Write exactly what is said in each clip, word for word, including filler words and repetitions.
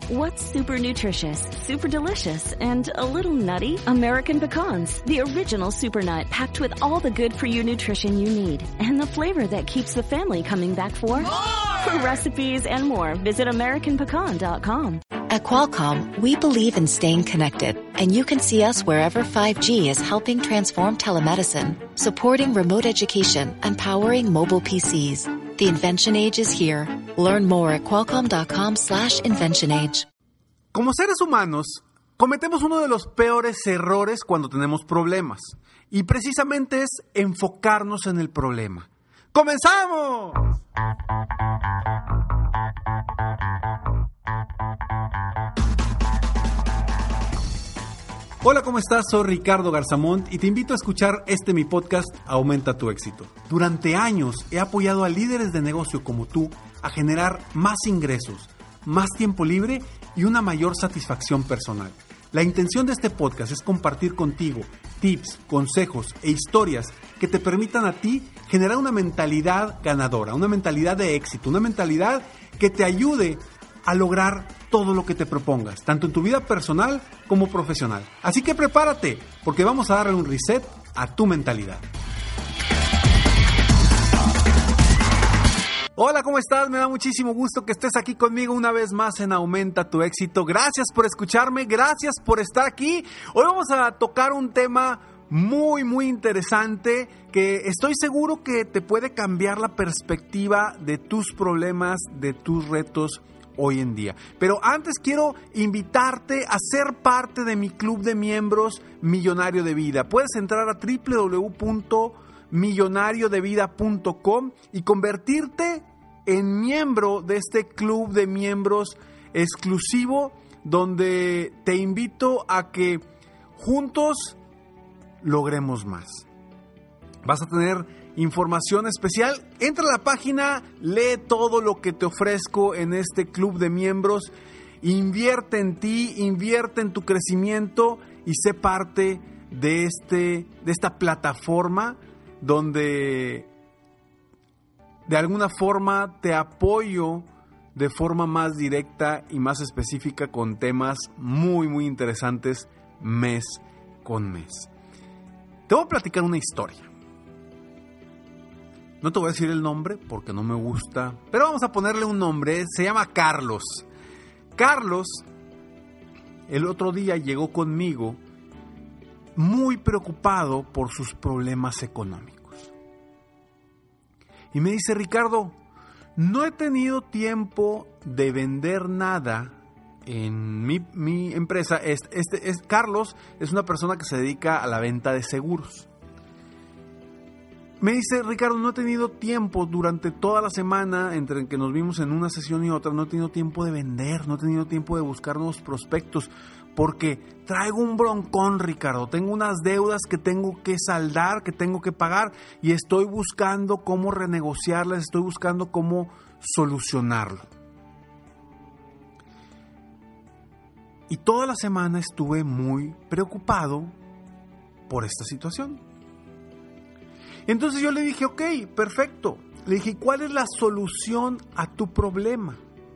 What's super nutritious, super delicious, and a little nutty? American Pecans, the original super nut packed with all the good-for-you nutrition you need and the flavor that keeps the family coming back for more. For recipes and more, visit American Pecan dot com. At Qualcomm, we believe in staying connected, and you can see us wherever five G is helping transform telemedicine, supporting remote education, and powering mobile P Cs. The invention age is here. Learn more at qualcomm dot com slash invention age. Como seres humanos, cometemos uno de los peores errores cuando tenemos problemas, y precisamente es enfocarnos en el problema. ¡Comenzamos! Hola, ¿cómo estás? Soy Ricardo Garzamont y te invito a escuchar este mi podcast Aumenta tu éxito. Durante años he apoyado a líderes de negocio como tú a generar más ingresos, más tiempo libre y una mayor satisfacción personal. La intención de este podcast es compartir contigo tips, consejos e historias que te permitan a ti generar una mentalidad ganadora, una mentalidad de éxito, una mentalidad que te ayude a lograr todo lo que te propongas, tanto en tu vida personal como profesional. Así que prepárate, porque vamos a darle un reset a tu mentalidad. Hola, ¿cómo estás? Me da muchísimo gusto que estés aquí conmigo una vez más en Aumenta tu éxito. Gracias por escucharme, gracias por estar aquí. Hoy vamos a tocar un tema muy, muy interesante que estoy seguro que te puede cambiar la perspectiva de tus problemas, de tus retos hoy en día. Pero antes quiero invitarte a ser parte de mi club de miembros Millonario de Vida. Puedes entrar a doble u doble u doble u punto millonario de vida punto com y convertirte en miembro de este club de miembros exclusivo, donde te invito a que juntos logremos más. Vas a tener información especial. Entra a la página, lee todo lo que te ofrezco en este club de miembros, invierte en ti, invierte en tu crecimiento y sé parte de, este, de esta plataforma donde de alguna forma te apoyo de forma más directa y más específica con temas muy muy interesantes mes con mes. Te voy a platicar una historia. No te voy a decir el nombre porque no me gusta, pero vamos a ponerle un nombre. Se llama Carlos. Carlos, el otro día llegó conmigo muy preocupado por sus problemas económicos. Y me dice: Ricardo, no he tenido tiempo de vender nada en mi, mi empresa. Este, este, es, Carlos es una persona que se dedica a la venta de seguros. Me dice: Ricardo, no he tenido tiempo durante toda la semana, entre que nos vimos en una sesión y otra, no he tenido tiempo de vender, no he tenido tiempo de buscar nuevos prospectos, porque traigo un broncón, Ricardo. Tengo unas deudas que tengo que saldar, que tengo que pagar, y estoy buscando cómo renegociarlas, estoy buscando cómo solucionarlo. Y toda la semana estuve muy preocupado por esta situación. Entonces yo le dije: ok, perfecto. Le dije: ¿cuál es la solución a tu problema?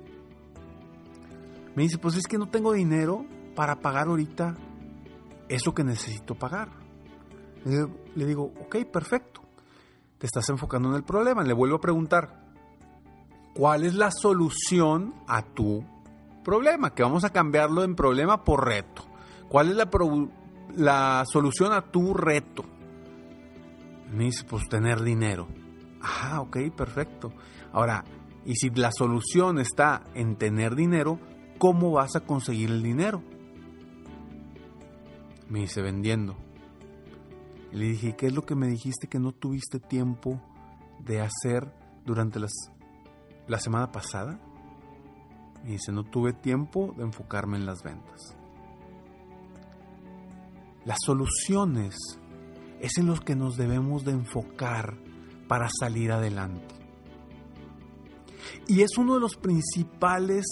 Me dice: pues es que no tengo dinero para pagar ahorita eso que necesito pagar. Le digo, le digo, ok, perfecto. Te estás enfocando en el problema. Le vuelvo a preguntar: ¿cuál es la solución a tu problema? Que vamos a cambiarlo en problema por reto. ¿Cuál es la, pro- la solución a tu reto? Me dice: pues tener dinero. Ah, ok, perfecto. Ahora, y si la solución está en tener dinero, ¿cómo vas a conseguir el dinero? Me dice: vendiendo. Le dije: ¿qué es lo que me dijiste que no tuviste tiempo de hacer durante las, la semana pasada? Me dice: no tuve tiempo de enfocarme en las ventas. Las soluciones es en los que nos debemos de enfocar para salir adelante. Y es uno de los principales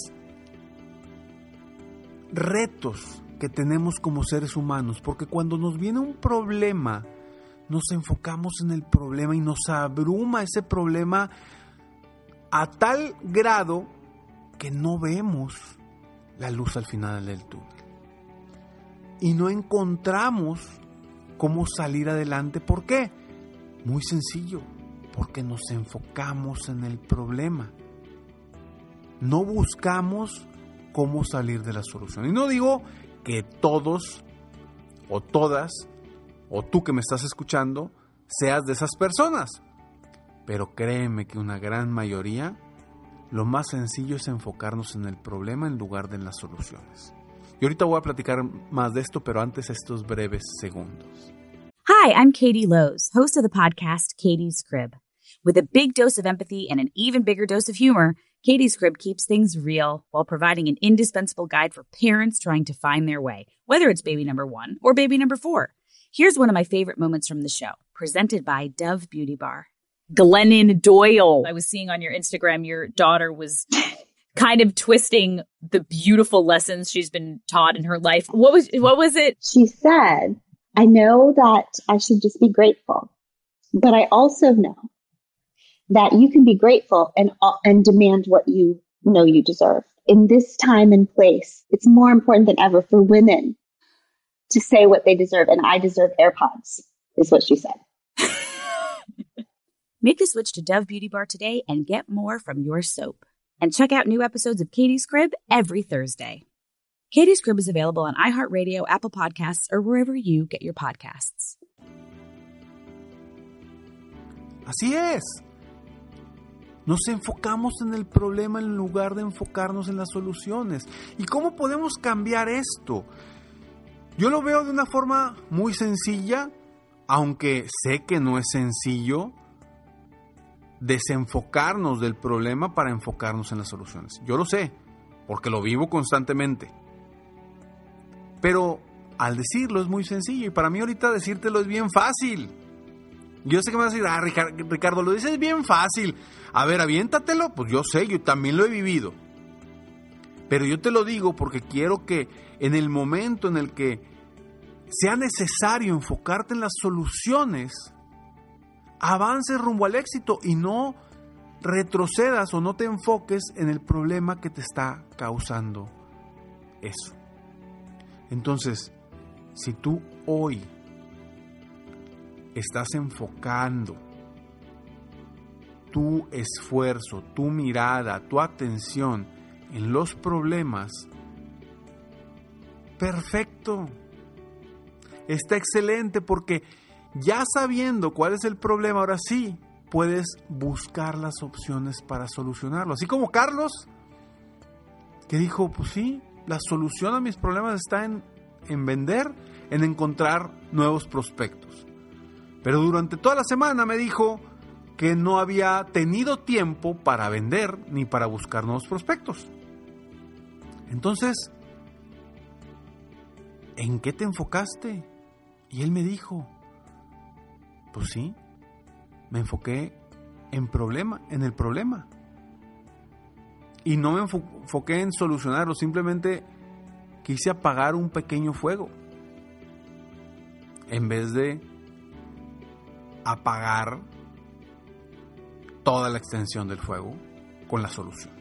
retos que tenemos como seres humanos, porque cuando nos viene un problema, nos enfocamos en el problema y nos abruma ese problema a tal grado que no vemos la luz al final del túnel. Y no encontramos cómo salir adelante. ¿Por qué? Muy sencillo, porque nos enfocamos en el problema. No buscamos cómo salir de la solución. Y no digo que todos o todas, o tú que me estás escuchando, seas de esas personas. Pero créeme que una gran mayoría, lo más sencillo es enfocarnos en el problema en lugar de en las soluciones. Y ahorita voy a platicar más de esto, pero antes estos breves segundos. Hi, I'm Katie Lowe's, host of the podcast Katie's Crib. With a big dose of empathy and an even bigger dose of humor, Katie's Crib keeps things real while providing an indispensable guide for parents trying to find their way, whether it's baby number one or baby number four. Here's one of my favorite moments from the show, presented by Dove Beauty Bar. Glennon Doyle. I was seeing on your Instagram, your daughter was kind of twisting the beautiful lessons she's been taught in her life. What was what was it? She said, I know that I should just be grateful, but I also know that you can be grateful and and demand what you know you deserve. In this time and place, it's more important than ever for women to say what they deserve, and I deserve AirPods, is what she said. Make the switch to Dove Beauty Bar today and get more from your soap. And check out new episodes of Katie's Crib every Thursday. Katie's Crib is available on iHeartRadio, Apple Podcasts, or wherever you get your podcasts. Así es. Nos enfocamos en el problema en lugar de enfocarnos en las soluciones. ¿Y cómo podemos cambiar esto? Yo lo veo de una forma muy sencilla, aunque sé que no es sencillo desenfocarnos del problema para enfocarnos en las soluciones. Yo lo sé, porque lo vivo constantemente. Pero al decirlo es muy sencillo, y para mí ahorita decírtelo es bien fácil. Yo sé que me vas a decir, ah, Ricardo, lo dices bien fácil. A ver, aviéntatelo. Pues yo sé, yo también lo he vivido. Pero yo te lo digo porque quiero que en el momento en el que sea necesario enfocarte en las soluciones, avances rumbo al éxito y no retrocedas o no te enfoques en el problema que te está causando eso. Entonces, si tú hoy estás enfocando tu esfuerzo, tu mirada, tu atención en los problemas, perfecto. Está excelente porque ya sabiendo cuál es el problema, ahora sí puedes buscar las opciones para solucionarlo. Así como Carlos, que dijo, pues sí, la solución a mis problemas está en, en vender, en encontrar nuevos prospectos. Pero durante toda la semana me dijo que no había tenido tiempo para vender ni para buscar nuevos prospectos. Entonces, ¿en qué te enfocaste? Y él me dijo, pues sí, me enfoqué en problema, en el problema. Y no me enfoqué en solucionarlo, simplemente quise apagar un pequeño fuego en vez de apagar toda la extensión del fuego con la solución.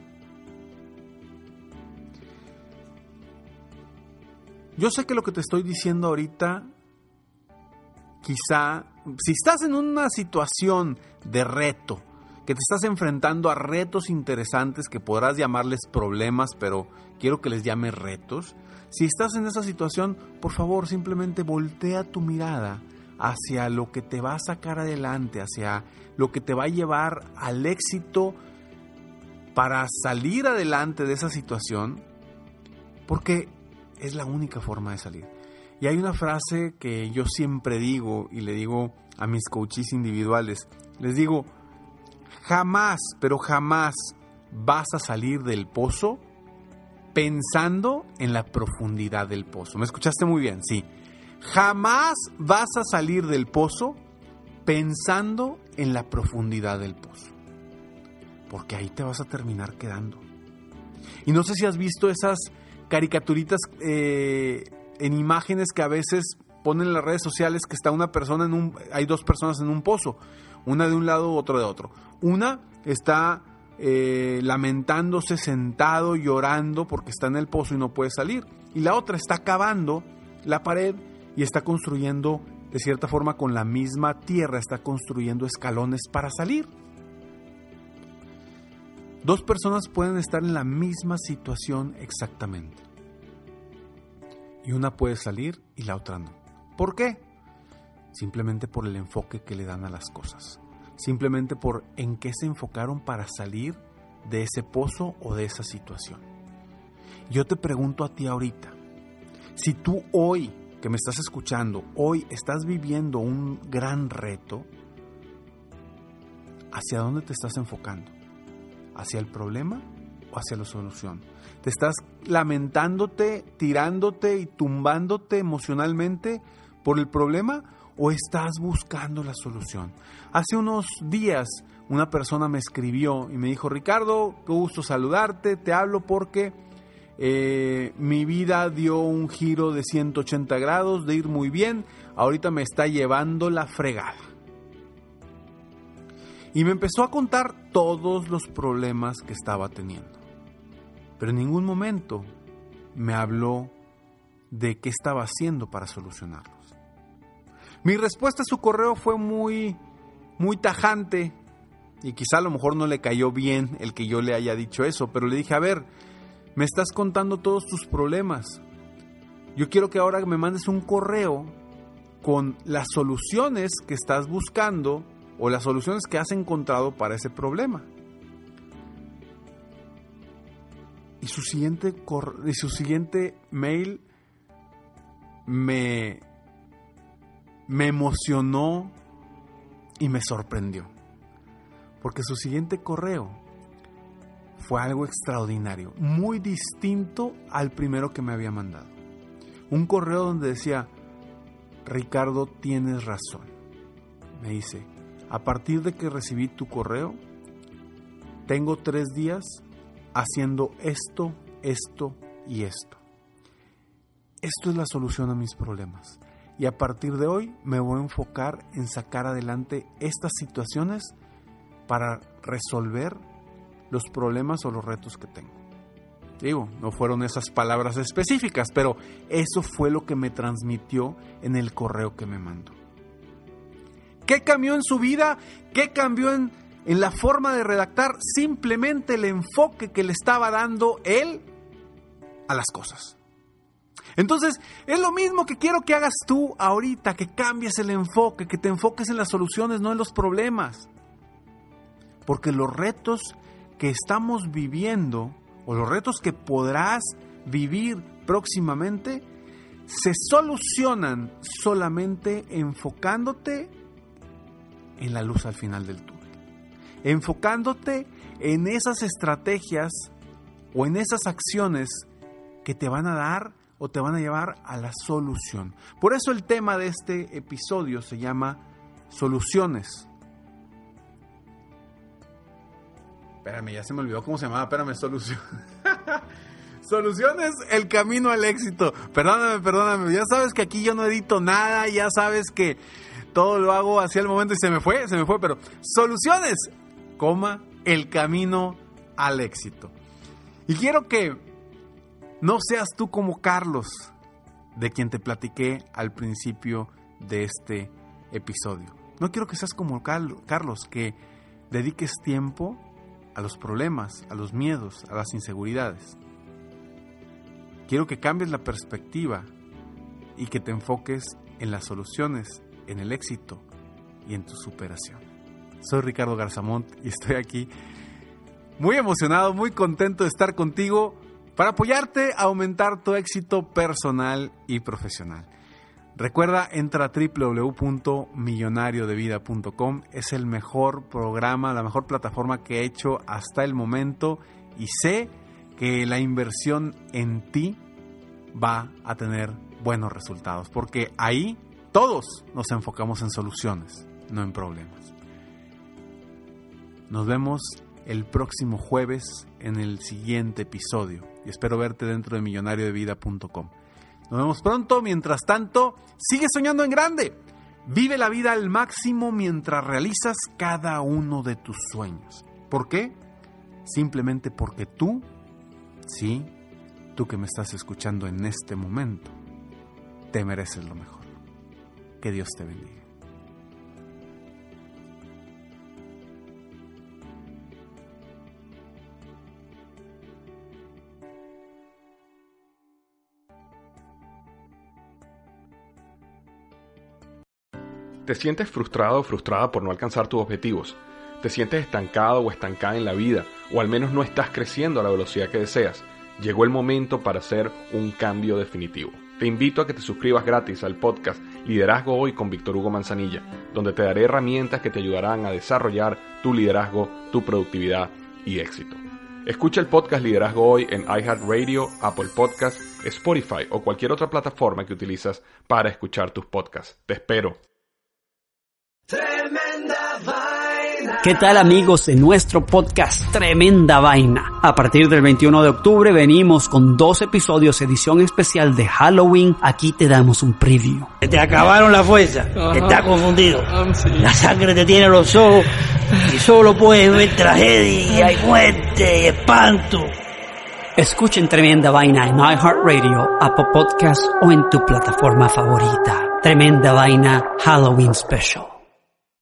Yo sé que lo que te estoy diciendo ahorita, quizá, si estás en una situación de reto, que te estás enfrentando a retos interesantes que podrás llamarles problemas, pero quiero que les llame retos. Si estás en esa situación, por favor, simplemente voltea tu mirada hacia lo que te va a sacar adelante, hacia lo que te va a llevar al éxito para salir adelante de esa situación, porque es la única forma de salir. Y hay una frase que yo siempre digo y le digo a mis coaches individuales, les digo, jamás, pero jamás vas a salir del pozo pensando en la profundidad del pozo. ¿Me escuchaste muy bien? Sí. Jamás vas a salir del pozo pensando en la profundidad del pozo, porque ahí te vas a terminar quedando. Y no sé si has visto esas caricaturitas eh, en imágenes que a veces ponen en las redes sociales, que está una persona en un, hay dos personas en un pozo, una de un lado, otra de otro. Una está eh, lamentándose sentado, llorando porque está en el pozo y no puede salir. Y la otra está cavando la pared y está construyendo, de cierta forma, con la misma tierra, está construyendo escalones para salir. Dos personas pueden estar en la misma situación exactamente. Y una puede salir y la otra no. ¿Por qué? Simplemente por el enfoque que le dan a las cosas. Simplemente por en qué se enfocaron para salir de ese pozo o de esa situación. Yo te pregunto a ti ahorita, si tú hoy, que me estás escuchando, hoy estás viviendo un gran reto, ¿hacia dónde te estás enfocando? ¿Hacia el problema o hacia la solución? ¿Te estás lamentándote, tirándote y tumbándote emocionalmente por el problema o estás buscando la solución? Hace unos días una persona me escribió y me dijo: Ricardo, qué gusto saludarte, te hablo porque eh, mi vida dio un giro de ciento ochenta grados, de ir muy bien, ahorita me está llevando la fregada. Y me empezó a contar todos los problemas que estaba teniendo. Pero en ningún momento me habló de qué estaba haciendo para solucionarlos. Mi respuesta a su correo fue muy, muy tajante y quizá a lo mejor no le cayó bien el que yo le haya dicho eso, pero le dije: a ver, me estás contando todos tus problemas. Yo quiero que ahora me mandes un correo con las soluciones que estás buscando o las soluciones que has encontrado para ese problema. Y su siguiente, cor- y su siguiente mail me, me emocionó y me sorprendió. Porque su siguiente correo fue algo extraordinario, muy distinto al primero que me había mandado. Un correo donde decía: Ricardo, tienes razón. Me dice: a partir de que recibí tu correo, tengo tres días haciendo esto, esto y esto. Esto es la solución a mis problemas. Y a partir de hoy me voy a enfocar en sacar adelante estas situaciones para resolver los problemas o los retos que tengo. Digo, no fueron esas palabras específicas, pero eso fue lo que me transmitió en el correo que me mandó. ¿Qué cambió en su vida? ¿Qué cambió en, en la forma de redactar? Simplemente el enfoque que le estaba dando él a las cosas. Entonces, es lo mismo que quiero que hagas tú ahorita, que cambies el enfoque, que te enfoques en las soluciones, no en los problemas. Porque los retos que estamos viviendo, o los retos que podrás vivir próximamente, se solucionan solamente enfocándote en la luz al final del túnel. Enfocándote en esas estrategias o en esas acciones que te van a dar o te van a llevar a la solución. Por eso el tema de este episodio se llama Soluciones. Espérame, ya se me olvidó cómo se llamaba. Espérame, solución. Soluciones, el camino al éxito. Perdóname, perdóname. Ya sabes que aquí yo no edito nada. Ya sabes que todo lo hago hacia el momento y se me fue, se me fue. Pero soluciones, coma, el camino al éxito. Y quiero que no seas tú como Carlos, de quien te platiqué al principio de este episodio. No quiero que seas como Carlos, que dediques tiempo a los problemas, a los miedos, a las inseguridades. Quiero que cambies la perspectiva y que te enfoques en las soluciones, en el éxito y en tu superación. Soy Ricardo Garzamont y estoy aquí muy emocionado, muy contento de estar contigo para apoyarte a aumentar tu éxito personal y profesional. Recuerda, entra a doble u doble u doble u punto millonario de vida punto com. Es el mejor programa, la mejor plataforma que he hecho hasta el momento y sé que la inversión en ti va a tener buenos resultados, porque ahí todos nos enfocamos en soluciones, no en problemas. Nos vemos el próximo jueves en el siguiente episodio y espero verte dentro de millonario de vida punto com. Nos vemos pronto. Mientras tanto, sigue soñando en grande. Vive la vida al máximo mientras realizas cada uno de tus sueños. ¿Por qué? simplemente porque tú, sí, tú que me estás escuchando en este momento, te mereces lo mejor. Que Dios te bendiga. ¿Te sientes frustrado o frustrada por no alcanzar tus objetivos? ¿Te sientes estancado o estancada en la vida? ¿O al menos no estás creciendo a la velocidad que deseas? Llegó el momento para hacer un cambio definitivo. Te invito a que te suscribas gratis al podcast Liderazgo Hoy con Víctor Hugo Manzanilla, donde te daré herramientas que te ayudarán a desarrollar tu liderazgo, tu productividad y éxito. Escucha el podcast Liderazgo Hoy en iHeartRadio, Apple Podcasts, Spotify o cualquier otra plataforma que utilizas para escuchar tus podcasts. Te espero. ¿Qué tal, amigos de nuestro podcast Tremenda Vaina? A partir del veintiuno de octubre venimos con dos episodios edición especial de Halloween. Aquí te damos un preview. Te acabaron la fuerza, uh-huh. Estás confundido. Um, sí. La sangre te tiene los ojos y solo puedes ver tragedia y muerte y espanto. Escuchen Tremenda Vaina en iHeartRadio, Apple Podcasts o en tu plataforma favorita. Tremenda Vaina Halloween Special.